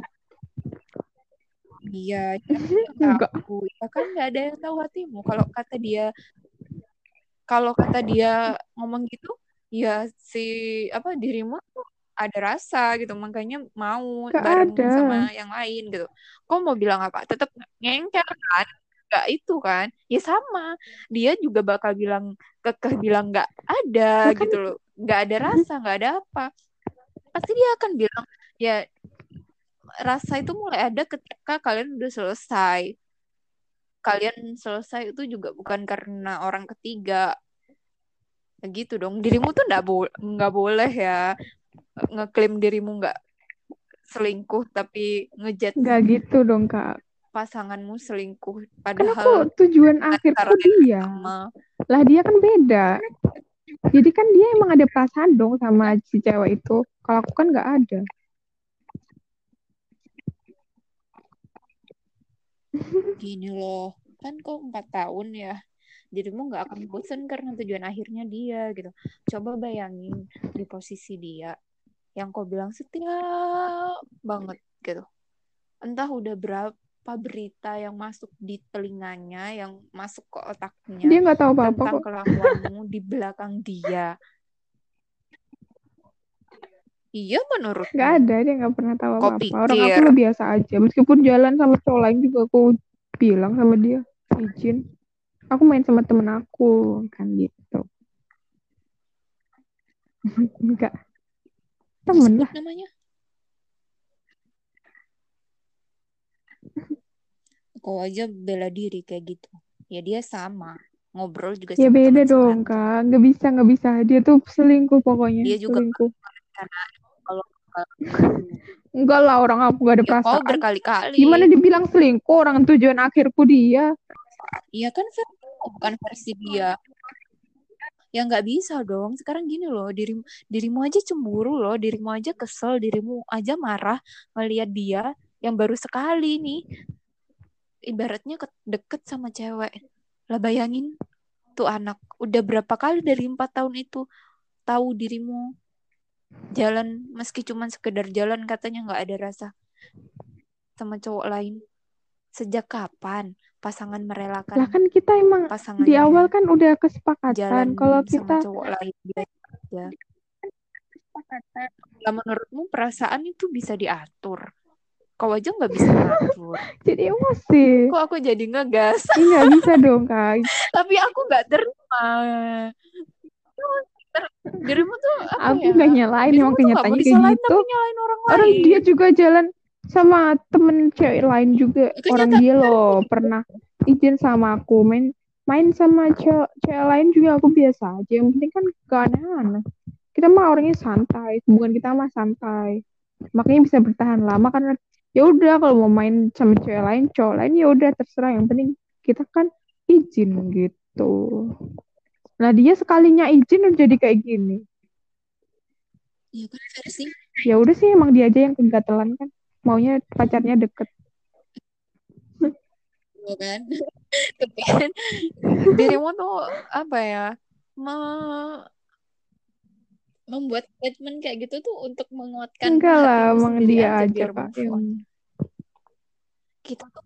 [SPEAKER 2] Iya, dia kan nggak
[SPEAKER 1] Enggak.
[SPEAKER 2] tahu. Ya kan nggak ada yang tahu hatimu. Kalau kata dia, kalau kata dia ngomong gitu, ya si apa dirimu tuh ada rasa gitu, makanya mau
[SPEAKER 1] Nggak
[SPEAKER 2] bareng
[SPEAKER 1] ada.
[SPEAKER 2] sama yang lain gitu. Kau mau bilang apa? Tetap ngengkel kan? nggak itu kan, ya sama, dia juga bakal bilang kekeh bilang nggak
[SPEAKER 1] Lah
[SPEAKER 2] ada
[SPEAKER 1] kan
[SPEAKER 2] gitu loh, nggak ada rasa, nggak ada apa, pasti dia akan bilang ya rasa itu mulai ada ketika kalian udah selesai. Kalian selesai itu juga bukan karena orang ketiga. Gitu dong. Dirimu tuh nggak bo nggak boleh ya ngeklaim dirimu nggak selingkuh tapi ngejudge
[SPEAKER 1] nggak gitu dong Kak.
[SPEAKER 2] pasanganmu selingkuh.
[SPEAKER 1] Kan
[SPEAKER 2] Padahal
[SPEAKER 1] aku tujuan
[SPEAKER 2] antara
[SPEAKER 1] akhirku
[SPEAKER 2] yang
[SPEAKER 1] dia.
[SPEAKER 2] sama.
[SPEAKER 1] Lah dia kan beda. Jadi kan dia emang ada perasaan dong sama si cewek itu. Kalau aku kan nggak ada.
[SPEAKER 2] Gini loh, kan kok empat tahun ya. Dirimu nggak akan bosan karena tujuan akhirnya dia gitu. Coba bayangin di posisi dia yang kau bilang setia banget gitu. Entah udah berapa berita yang masuk di telinganya, yang masuk ke otaknya
[SPEAKER 1] Dia nggak tahu apa-apa
[SPEAKER 2] tentang
[SPEAKER 1] kok.
[SPEAKER 2] kelakuanmu di belakang dia. Iya
[SPEAKER 1] Nggak
[SPEAKER 2] menurutmu?
[SPEAKER 1] ada, dia nggak pernah tahu
[SPEAKER 2] Kau
[SPEAKER 1] apa-apa. Orang aku
[SPEAKER 2] pikir,
[SPEAKER 1] lo biasa aja. Meskipun jalan sama cowok lain juga aku bilang sama dia izin. Aku main sama temen aku kan gitu. Enggak
[SPEAKER 2] nggak
[SPEAKER 1] temen
[SPEAKER 2] sebut
[SPEAKER 1] lah.
[SPEAKER 2] namanya? Kau aja bela diri kayak gitu. Ya dia sama. Ngobrol juga
[SPEAKER 1] Ya
[SPEAKER 2] sama
[SPEAKER 1] beda
[SPEAKER 2] teman
[SPEAKER 1] dong
[SPEAKER 2] sekantor.
[SPEAKER 1] kak. Nggak bisa nggak bisa. Dia tuh selingkuh pokoknya
[SPEAKER 2] Dia juga
[SPEAKER 1] selingkuh.
[SPEAKER 2] karena kalau
[SPEAKER 1] Enggak lah orang aku nggak ada
[SPEAKER 2] ya kau
[SPEAKER 1] perasaan.
[SPEAKER 2] berkali-kali.
[SPEAKER 1] Gimana dibilang selingkuh orang tujuan akhirku dia.
[SPEAKER 2] Iya kan versi bukan versi dia. Ya nggak bisa dong. Sekarang gini loh, dirimu dirimu aja cemburu loh, dirimu aja kesel, dirimu aja marah melihat dia yang baru sekali nih, ibaratnya ke- deket sama cewek. Lah bayangin tuh anak udah berapa kali dari empat tahun itu tahu dirimu jalan meski cuman sekedar jalan katanya nggak ada rasa sama cowok lain. Sejak kapan pasangan merelakan
[SPEAKER 1] Lah kan kita emang di
[SPEAKER 2] pasangannya
[SPEAKER 1] awal kan udah
[SPEAKER 2] jalan
[SPEAKER 1] kesepakatan kalau
[SPEAKER 2] sama
[SPEAKER 1] kita
[SPEAKER 2] cowok lain dia aja? Lah menurutmu perasaan itu bisa diatur? Kau aja nggak bisa ngatur.
[SPEAKER 1] jadi emosi.
[SPEAKER 2] Kok aku jadi ngegas?
[SPEAKER 1] Ini nggak bisa dong kak.
[SPEAKER 2] Tapi aku nggak terima. Dirimu tuh apa
[SPEAKER 1] Aku
[SPEAKER 2] ya?
[SPEAKER 1] nggak nyalain
[SPEAKER 2] Dirimu
[SPEAKER 1] emang
[SPEAKER 2] tuh nggak mau
[SPEAKER 1] kenyataannya kayak
[SPEAKER 2] disalahin
[SPEAKER 1] gitu.
[SPEAKER 2] tapi nyalain orang
[SPEAKER 1] Orang dia
[SPEAKER 2] lain.
[SPEAKER 1] juga jalan sama temen cewek lain juga. Orang dia
[SPEAKER 2] Kenyataannya
[SPEAKER 1] loh pernah izin sama aku main main sama cewek, cewek lain juga aku biasa aja. Yang penting kan gak aneh-aneh. Kita mah orangnya santai, hubungan kita mah santai. Makanya bisa bertahan lama karena ya udah kalau mau main sama cewek lain, cowok lain ya udah terserah. Yang penting kita kan izin gitu. Nah dia sekalinya izin udah jadi kayak gini.
[SPEAKER 2] iya kan versi
[SPEAKER 1] Ya udah sih emang dia aja yang kegatelan kan. Maunya pacarnya deket.
[SPEAKER 2] lo kan. Tapi kan dirimu tuh apa ya? Me- membuat statement kayak gitu tuh untuk menguatkan
[SPEAKER 1] Enggak lah,
[SPEAKER 2] hatimu
[SPEAKER 1] emang
[SPEAKER 2] sendiri
[SPEAKER 1] dia
[SPEAKER 2] aja
[SPEAKER 1] aja
[SPEAKER 2] biar
[SPEAKER 1] kak
[SPEAKER 2] move
[SPEAKER 1] yang
[SPEAKER 2] on. Kita tuh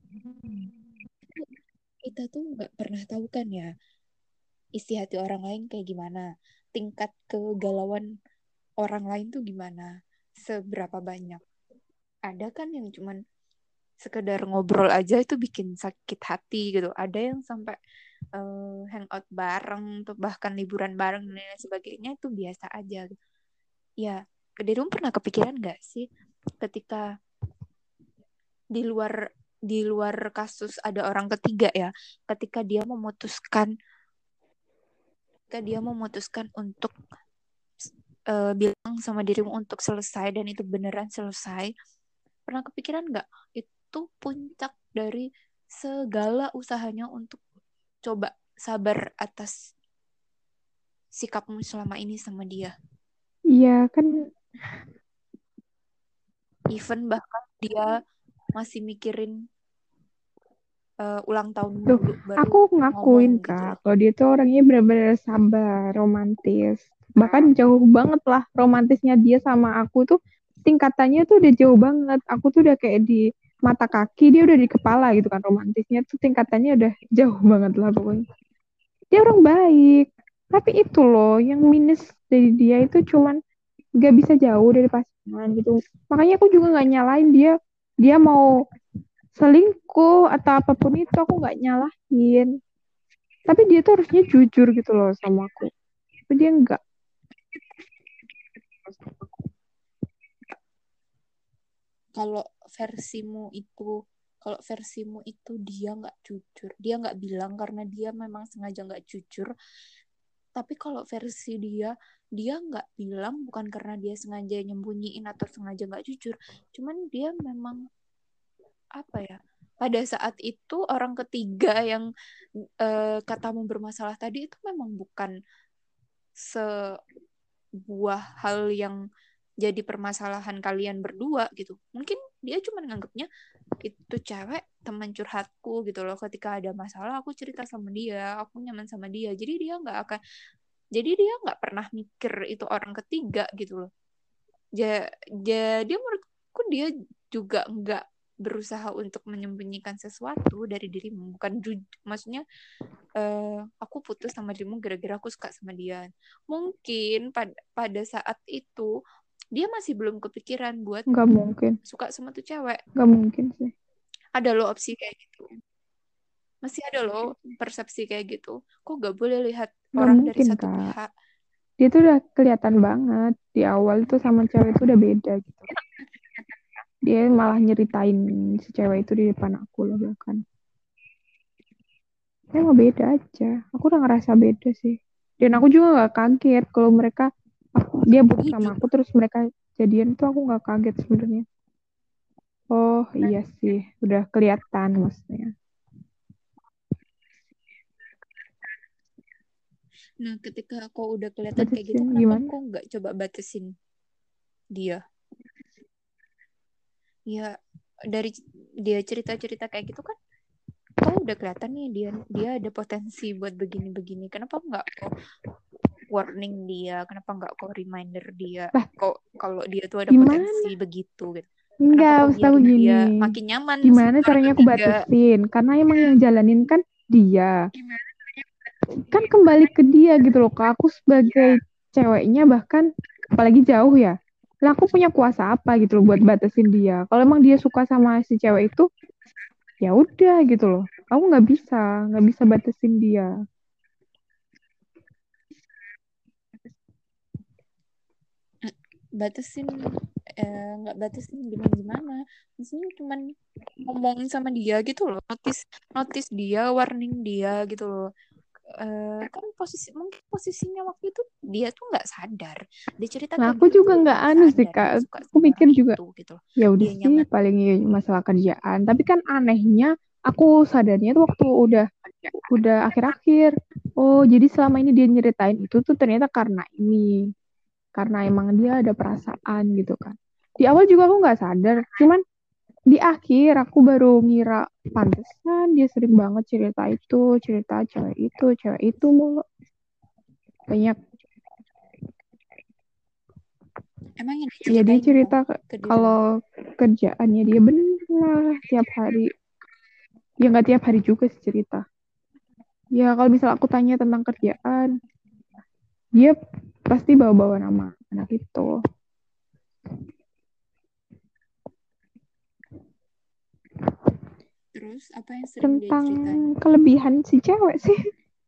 [SPEAKER 2] kita tuh nggak pernah tahu kan ya isi hati orang lain kayak gimana, tingkat kegalauan orang lain tuh gimana, seberapa banyak. Ada kan yang cuman sekedar ngobrol aja itu bikin sakit hati gitu. Ada yang sampai uh, hangout bareng, tuh bahkan liburan bareng dan lain sebagainya itu biasa aja. Gitu. Ya, Dirimu pernah kepikiran nggak sih ketika di luar di luar kasus ada orang ketiga ya, ketika dia memutuskan ketika dia memutuskan untuk uh, bilang sama dirimu untuk selesai dan itu beneran selesai, pernah kepikiran nggak itu puncak dari segala usahanya untuk coba sabar atas sikapmu selama ini sama dia?
[SPEAKER 1] iya kan
[SPEAKER 2] Even bahkan dia masih mikirin uh, ulang tahunmu
[SPEAKER 1] tuh
[SPEAKER 2] dulu baru
[SPEAKER 1] aku
[SPEAKER 2] ngomong
[SPEAKER 1] ngakuin
[SPEAKER 2] gitu
[SPEAKER 1] kak
[SPEAKER 2] loh.
[SPEAKER 1] kalau dia tuh orangnya benar-benar sabar, romantis. Bahkan jauh banget lah romantisnya dia sama aku tuh tingkatannya tuh udah jauh banget. Aku tuh udah kayak di mata kaki, dia udah di kepala gitu kan romantisnya tuh tingkatannya udah jauh banget lah pokoknya. Dia orang baik. Tapi itu loh yang minus dari dia itu cuman gak bisa jauh dari pasangan gitu. Makanya aku juga nggak nyalain dia. Dia mau selingkuh atau apapun itu aku nggak nyalahin. Tapi dia tuh harusnya jujur gitu loh sama aku. Tapi dia nggak.
[SPEAKER 2] Kalau versimu itu kalau versimu itu dia nggak jujur, dia nggak bilang karena dia memang sengaja nggak jujur. Tapi kalau versi dia, dia nggak bilang bukan karena dia sengaja nyembunyiin atau sengaja nggak jujur, cuman dia memang apa ya, pada saat itu orang ketiga yang eh, katamu bermasalah tadi itu memang bukan sebuah hal yang jadi permasalahan kalian berdua gitu. Mungkin dia cuma nganggapnya itu cewek teman curhatku gitu loh. Ketika ada masalah aku cerita sama dia, aku nyaman sama dia. Jadi dia nggak akan, jadi dia nggak pernah mikir itu orang ketiga gitu loh. Ja- Jadi menurutku dia juga nggak berusaha untuk menyembunyikan sesuatu dari dirimu. Bukan ju- maksudnya eh, aku putus sama dirimu gara-gara aku suka sama dia. Mungkin pada pada saat itu dia masih belum kepikiran buat
[SPEAKER 1] Nggak mungkin.
[SPEAKER 2] suka sama tuh cewek.
[SPEAKER 1] Nggak mungkin sih.
[SPEAKER 2] Ada loh opsi kayak gitu. Masih ada loh persepsi kayak gitu. Kok gak boleh lihat
[SPEAKER 1] Nggak
[SPEAKER 2] orang dari
[SPEAKER 1] mungkin,
[SPEAKER 2] satu
[SPEAKER 1] Kak.
[SPEAKER 2] pihak?
[SPEAKER 1] Dia tuh udah kelihatan banget. Di awal tuh sama cewek itu udah beda gitu. Dia malah nyeritain si cewek itu di depan aku loh bahkan. Emang beda aja. Aku udah ngerasa beda sih. Dan aku juga nggak kaget kalau mereka dia putus sama
[SPEAKER 2] Bujuk.
[SPEAKER 1] aku terus mereka jadian tuh aku nggak kaget sebenarnya. Oh iya sih, udah kelihatan maksudnya.
[SPEAKER 2] Nah, ketika kau udah kelihatan kayak gitu,
[SPEAKER 1] Batasin
[SPEAKER 2] kenapa
[SPEAKER 1] gimana?
[SPEAKER 2] kau nggak coba batasin dia? Ya, dari dia cerita-cerita kayak gitu kan, kau udah kelihatan nih dia dia ada potensi buat begini-begini. Kenapa nggak kau warning dia? Kenapa nggak kau reminder dia?
[SPEAKER 1] Lah,
[SPEAKER 2] Kau kalau dia tuh ada
[SPEAKER 1] gimana?
[SPEAKER 2] potensi begitu gitu. Kenapa
[SPEAKER 1] Enggak,
[SPEAKER 2] kau
[SPEAKER 1] maksud aku
[SPEAKER 2] biarin dia
[SPEAKER 1] gini.
[SPEAKER 2] makin nyaman sama
[SPEAKER 1] Gimana
[SPEAKER 2] orang
[SPEAKER 1] caranya aku
[SPEAKER 2] ketiga?
[SPEAKER 1] batasin? Karena emang yang jalanin kan dia. Kan kembali ke dia gitu loh, Kak. Aku sebagai ceweknya bahkan apalagi jauh ya. Lah aku punya kuasa apa gitu loh buat batasin dia. Kalau emang dia suka sama si cewek itu, ya udah gitu loh. Aku nggak bisa, nggak bisa batasin dia.
[SPEAKER 2] Batasin eh, nggak batasin gimana gimana, maksudnya cuman ngomongin sama dia gitu loh, notice notice dia, warning dia gitu loh. Eh, kan posisi mungkin posisinya waktu itu dia tuh nggak sadar, dia cerita
[SPEAKER 1] Nah,
[SPEAKER 2] kayak
[SPEAKER 1] aku
[SPEAKER 2] gitu tuh
[SPEAKER 1] juga
[SPEAKER 2] dia
[SPEAKER 1] nggak
[SPEAKER 2] nggak
[SPEAKER 1] anu sih,
[SPEAKER 2] sadar
[SPEAKER 1] Kak.
[SPEAKER 2] dia suka
[SPEAKER 1] Aku
[SPEAKER 2] sama
[SPEAKER 1] mikir
[SPEAKER 2] orang
[SPEAKER 1] juga,
[SPEAKER 2] itu gitu loh.
[SPEAKER 1] ya udah
[SPEAKER 2] Dia
[SPEAKER 1] sih
[SPEAKER 2] nyaman.
[SPEAKER 1] paling ya masalah kerjaan. Tapi kan anehnya aku sadarnya tuh waktu udah udah akhir-akhir. Oh, jadi selama ini dia nyeritain itu tuh ternyata karena ini. Karena emang dia ada perasaan gitu kan. Di awal juga aku nggak sadar, cuman di akhir aku baru ngira pantesan dia sering banget cerita itu, cerita cewek itu, cewek itu mulu. Banyak.
[SPEAKER 2] Emang yang
[SPEAKER 1] Ya dia
[SPEAKER 2] diceritain tuh
[SPEAKER 1] cerita
[SPEAKER 2] ke dirimu?
[SPEAKER 1] kalau kerjaannya dia bener lah tiap hari. Ya nggak tiap hari juga sih cerita. Ya kalau misal aku tanya tentang kerjaan, dia pasti bawa-bawa nama anak itu.
[SPEAKER 2] Terus apa yang sering dia
[SPEAKER 1] Tentang
[SPEAKER 2] ceritain?
[SPEAKER 1] kelebihan si cewek sih.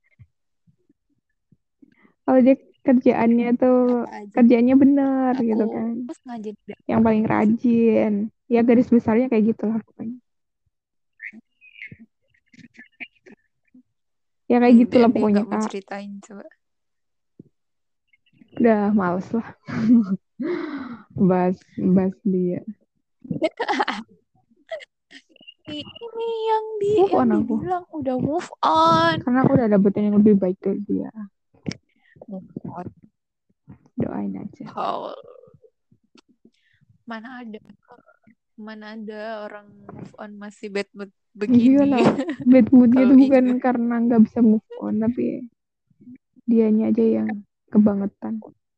[SPEAKER 1] Kalau dia kerjaannya tuh
[SPEAKER 2] Apa aja?
[SPEAKER 1] kerjaannya bener
[SPEAKER 2] Aku
[SPEAKER 1] gitu kan.
[SPEAKER 2] aku sengaja tidak
[SPEAKER 1] Yang paling rajin. Ya garis besarnya kayak gitu lah pokoknya. Ya kayak
[SPEAKER 2] hmm, dia
[SPEAKER 1] gitulah
[SPEAKER 2] dia
[SPEAKER 1] pokoknya
[SPEAKER 2] nggak mau
[SPEAKER 1] Kak.
[SPEAKER 2] ceritain coba.
[SPEAKER 1] Udah males lah bahas bahas dia.
[SPEAKER 2] Ini yang di
[SPEAKER 1] Move
[SPEAKER 2] yang
[SPEAKER 1] on aku.
[SPEAKER 2] dibilang udah move on.
[SPEAKER 1] Karena aku udah dapetin yang lebih baik dari dia.
[SPEAKER 2] Move on.
[SPEAKER 1] Doain aja.
[SPEAKER 2] Oh, mana ada mana ada orang move on masih bad mood
[SPEAKER 1] Iya
[SPEAKER 2] begini.
[SPEAKER 1] lah. Bad moodnya
[SPEAKER 2] Kalau
[SPEAKER 1] tuh bukan
[SPEAKER 2] ingat
[SPEAKER 1] karena nggak bisa move on. Tapi dianya aja yang kebangetan.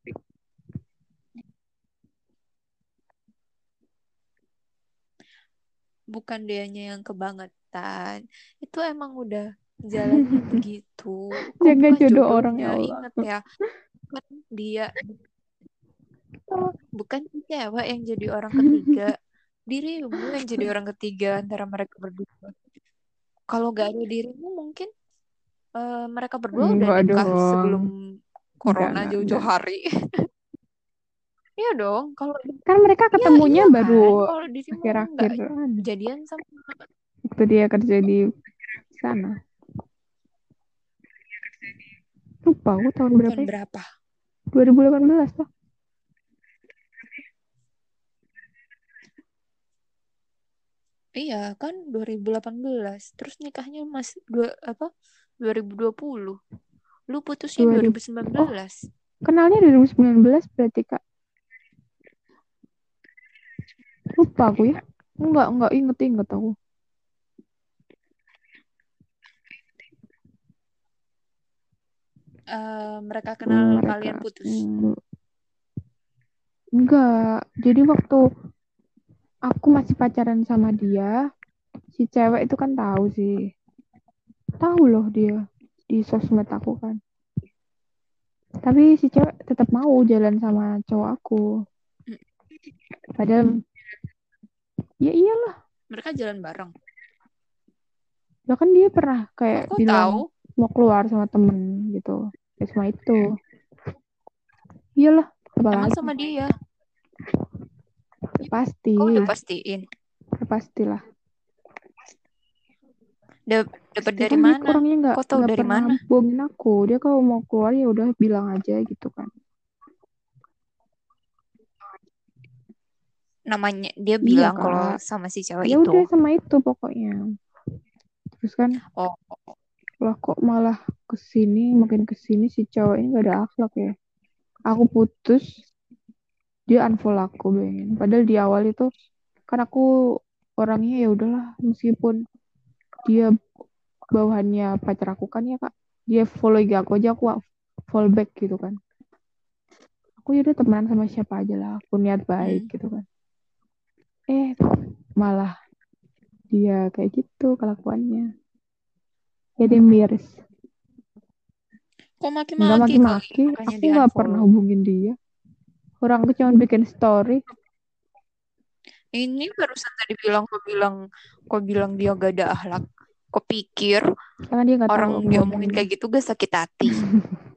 [SPEAKER 2] bukan dianya yang kebangetan, itu emang udah jalannya begitu. Kok
[SPEAKER 1] Jaga
[SPEAKER 2] bukan
[SPEAKER 1] jodoh orang
[SPEAKER 2] jodohnya,
[SPEAKER 1] ya Allah.
[SPEAKER 2] ingat ya, kan dia itu bukan cewek yang jadi orang ketiga, Dirimu yang jadi orang ketiga antara mereka berdua. Kalau gak ada dirimu mungkin eh, mereka berdua udah
[SPEAKER 1] Enggak
[SPEAKER 2] nikah
[SPEAKER 1] dong.
[SPEAKER 2] sebelum
[SPEAKER 1] Enggak,
[SPEAKER 2] corona
[SPEAKER 1] enggak,
[SPEAKER 2] jauh-jauh
[SPEAKER 1] enggak.
[SPEAKER 2] hari. Iya dong, kalau
[SPEAKER 1] Kan mereka
[SPEAKER 2] iya
[SPEAKER 1] ketemunya
[SPEAKER 2] iya
[SPEAKER 1] baru
[SPEAKER 2] kan, kalau dirimu nggak
[SPEAKER 1] akhir-akhir anu.
[SPEAKER 2] jadian sama
[SPEAKER 1] Waktu dia kerja di sana. Lupa aku tahun berapa
[SPEAKER 2] tahun
[SPEAKER 1] ya?
[SPEAKER 2] berapa?
[SPEAKER 1] dua ribu delapan belas tuh.
[SPEAKER 2] Iya kan dua ribu delapan belas. Terus nikahnya masih dua apa? dua ribu dua puluh. Lu putusnya
[SPEAKER 1] dua ribu.
[SPEAKER 2] dua ribu sembilan
[SPEAKER 1] Oh,
[SPEAKER 2] belas.
[SPEAKER 1] kenalnya dua ribu sembilan belas berarti Kak. Lupa aku ya. Enggak, enggak inget-inget aku.
[SPEAKER 2] Eh, mereka kenal
[SPEAKER 1] Mereka
[SPEAKER 2] kalian putus.
[SPEAKER 1] mm, enggak. Jadi waktu aku masih pacaran sama dia, si cewek itu kan tahu sih. Tahu loh dia di sosmed aku kan. Tapi si cewek tetap mau jalan sama cowok aku.
[SPEAKER 2] Mm.
[SPEAKER 1] Padahal ya iyalah.
[SPEAKER 2] Mereka jalan bareng.
[SPEAKER 1] Ya kan dia pernah
[SPEAKER 2] Oh,
[SPEAKER 1] kayak
[SPEAKER 2] kok
[SPEAKER 1] bilang
[SPEAKER 2] tahu?
[SPEAKER 1] mau keluar sama temen gitu. Ya cuma itu. Iyalah,
[SPEAKER 2] Emang
[SPEAKER 1] apalagi.
[SPEAKER 2] sama dia?
[SPEAKER 1] Pasti.
[SPEAKER 2] Kok udah pastiin?
[SPEAKER 1] Ya pastilah.
[SPEAKER 2] Da- dapat
[SPEAKER 1] Pasti
[SPEAKER 2] dari
[SPEAKER 1] kan dia
[SPEAKER 2] mana?
[SPEAKER 1] orangnya nggak
[SPEAKER 2] Kok tahu
[SPEAKER 1] nggak
[SPEAKER 2] dari
[SPEAKER 1] pernah
[SPEAKER 2] mana?
[SPEAKER 1] bohongin aku. Dia kalau mau keluar ya udah bilang aja gitu kan.
[SPEAKER 2] Namanya dia
[SPEAKER 1] Iya
[SPEAKER 2] bilang kalau
[SPEAKER 1] kak.
[SPEAKER 2] sama si cewek
[SPEAKER 1] Ya
[SPEAKER 2] itu.
[SPEAKER 1] udah sama itu pokoknya. Terus kan,
[SPEAKER 2] Oh,
[SPEAKER 1] lah kok malah kesini makin kesini si cowok ini gak ada akhlak ya. Aku putus, dia unfollow aku bayangin. Padahal di awal itu kan aku orangnya ya udahlah meskipun dia bawahannya pacar aku kan ya kak. Dia follow I G aku aja aku follow back gitu kan. Aku ya udah temenan sama siapa aja lah. Aku niat baik
[SPEAKER 2] hmm.
[SPEAKER 1] gitu kan. Eh malah dia kayak gitu kelakuannya. Jadi miris.
[SPEAKER 2] Kok
[SPEAKER 1] Enggak
[SPEAKER 2] maki-maki kali?
[SPEAKER 1] maki-maki,
[SPEAKER 2] Makanya
[SPEAKER 1] aku
[SPEAKER 2] di
[SPEAKER 1] nggak pernah
[SPEAKER 2] unfollow.
[SPEAKER 1] hubungin dia. Orang aku cuma bikin story,
[SPEAKER 2] Ini barusan tadi bilang kok bilang kok bilang dia gak ada akhlak. Kok pikir
[SPEAKER 1] karena dia nggak tahu
[SPEAKER 2] orang
[SPEAKER 1] aku
[SPEAKER 2] diomongin
[SPEAKER 1] ngomongin.
[SPEAKER 2] kayak gitu gak sakit hati.